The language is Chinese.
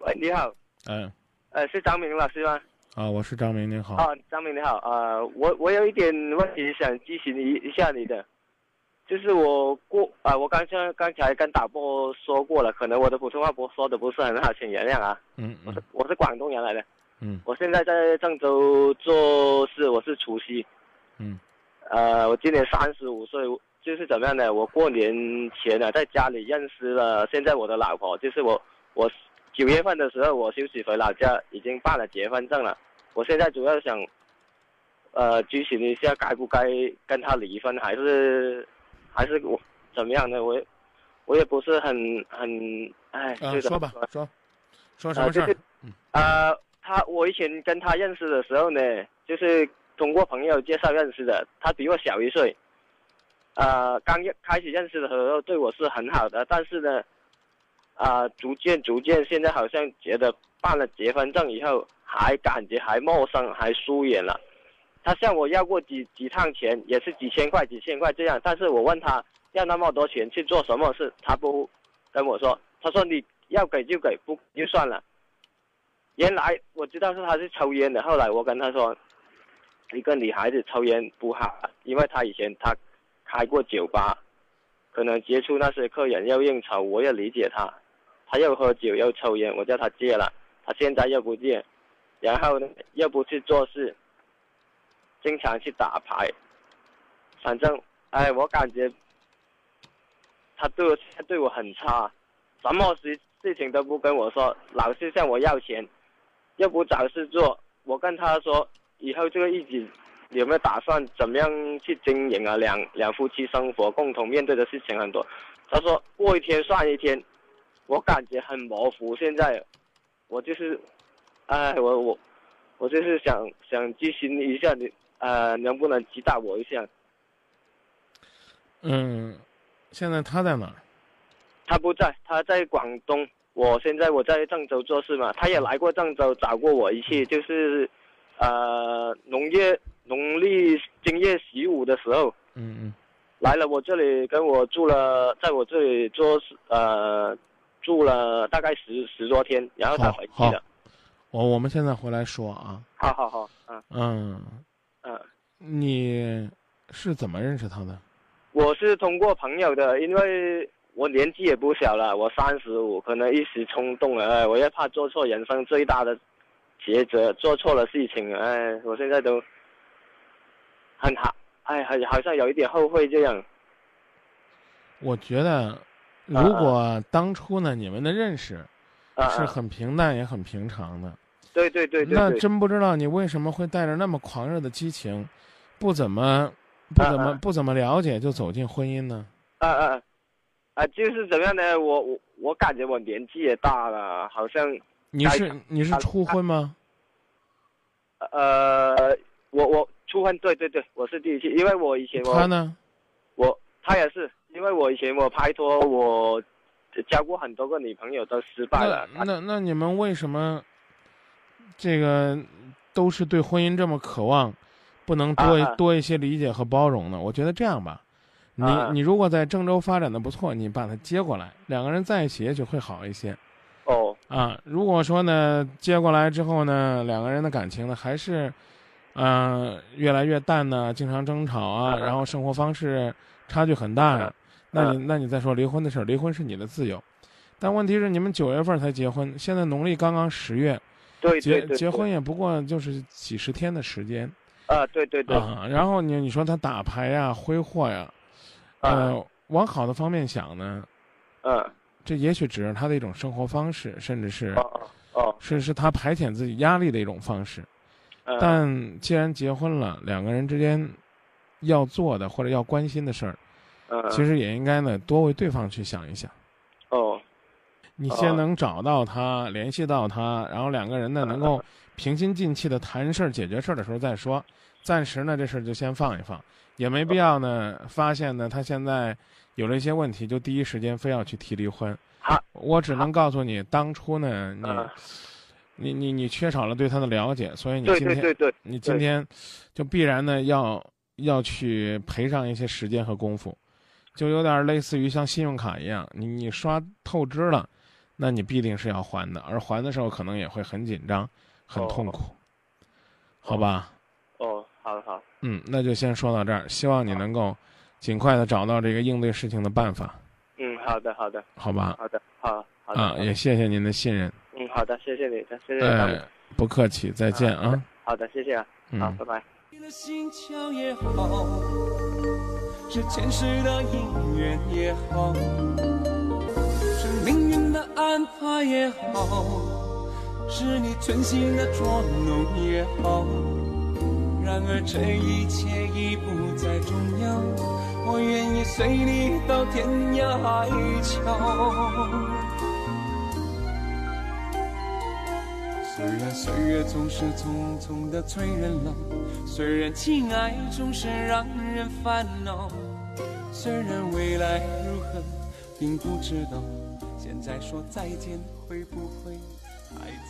喂，你好， 嗯， 是张明老师吗？ 我是张明，您好。 张明你好，我有一点问题想咨询一下你的，就是我刚才跟导播说过了，可能我的普通话说的不是很好，请原谅啊。我是广东人来的。我现在在郑州做事，我是厨师。我今年35岁，就是怎么样呢？我过年前呢，在家里认识了现在我的老婆，就是我9月份的时候，我休息回老家，已经办了结婚证了。我现在主要想，咨询一下，该不该跟他离婚，还是我怎么样呢？我也不是很说吧，说什么事儿？ 我以前跟他认识的时候呢，就是通过朋友介绍认识的，他比我小1岁。刚开始认识的时候对我是很好的，但是呢，逐渐现在好像觉得办了结婚证以后，还感觉还陌生，还疏远了。他向我要过几趟钱，也是几千块这样，但是我问他要那么多钱去做什么事，他不跟我说，他说你要给就给，不就算了。原来我知道是他是抽烟的，后来我跟他说，一个女孩子抽烟不好，因为他以前他开过酒吧，可能接触那些客人要应酬，我也理解他，他又喝酒又抽烟，我叫他戒了，他现在又不戒，然后呢又不去做事，经常去打牌，反正我感觉他对我很差，什么事情都不跟我说，老是向我要钱，又不找事做。我跟他说，以后这个日子有没有打算怎么样去经营啊？两夫妻生活共同面对的事情很多。他说过一天算一天，我感觉很模糊。现在我就是，我就是想咨询一下你，能不能指导我一下？ 现在他在哪儿？ 他不在，他在广东。现在我在郑州做事嘛，他也来过郑州找过我一次，就是农历正月15的时候，来了我这里跟我住了，在我这里住了大概十多天，然后他回去了。 我们现在回来说啊。 好， 你是怎么认识他的？ 我是通过朋友的，因为我年纪也不小了，我35，可能一时冲动了，我也怕做错人生最大的抉择，做错了事情，我现在都很好像有一点后悔这样。 我觉得，如果当初呢，你们的认识是很平淡也很平常的， 对， 那真不知道你为什么会带着那么狂热的激情，不怎么了解就走进婚姻呢？ 就是怎么样呢？我感觉我年纪也大了，好像你是初婚吗？ 我初婚，对，我是第一次，因为我以前他呢？ 他也是，因为我以前我拍拖，我交过很多个女朋友都失败了。 那你们为什么这个都是对婚姻这么渴望，不能多一些理解和包容呢？我觉得这样吧，你如果在郑州发展的不错，你把他接过来，两个人在一起也许会好一些。如果说呢接过来之后呢，两个人的感情呢还是越来越淡呢，经常争吵啊，然后生活方式差距很大呀，那你再说离婚的事儿，离婚是你的自由，但问题是你们9月份才结婚，现在农历刚刚10月， 对， 结婚也不过就是几十天的时间。 对， 然后你说他打牌呀、挥霍呀，往好的方面想呢，这也许只是他的一种生活方式，甚至是是他排遣自己压力的一种方式。但既然结婚了，两个人之间要做的或者要关心的事儿，其实也应该呢多为对方去想一想。你先能找到他，联系到他，然后两个人呢能够平心静气的谈事儿、解决事儿的时候再说。暂时呢这事儿就先放一放，也没必要呢发现呢他现在有了一些问题就第一时间非要去提离婚。我只能告诉你，当初呢你缺少了对他的了解，所以你今天就必然呢要去赔上一些时间和功夫，就有点类似于像信用卡一样，你刷透支了， 那你必定是要还的，而还的时候可能也会很紧张、很痛苦，好吧？ 好。 那就先说到这儿，希望你能够尽快的找到这个应对事情的办法。 好的。 好吧？ 好的。 也谢谢您的信任。 好的，谢谢你，谢谢。 不客气，再见啊。 好的，谢谢啊。好，拜拜。 心桥也好，是前世的姻缘也好，是命运的安排也好，是你存心的捉弄也好，然而这一切已不再重要，我愿意随你到天涯海角。虽然岁月总是匆匆的催人老，虽然情爱总是让人烦恼，虽然未来如何并不知道，现在说再见会不会太早？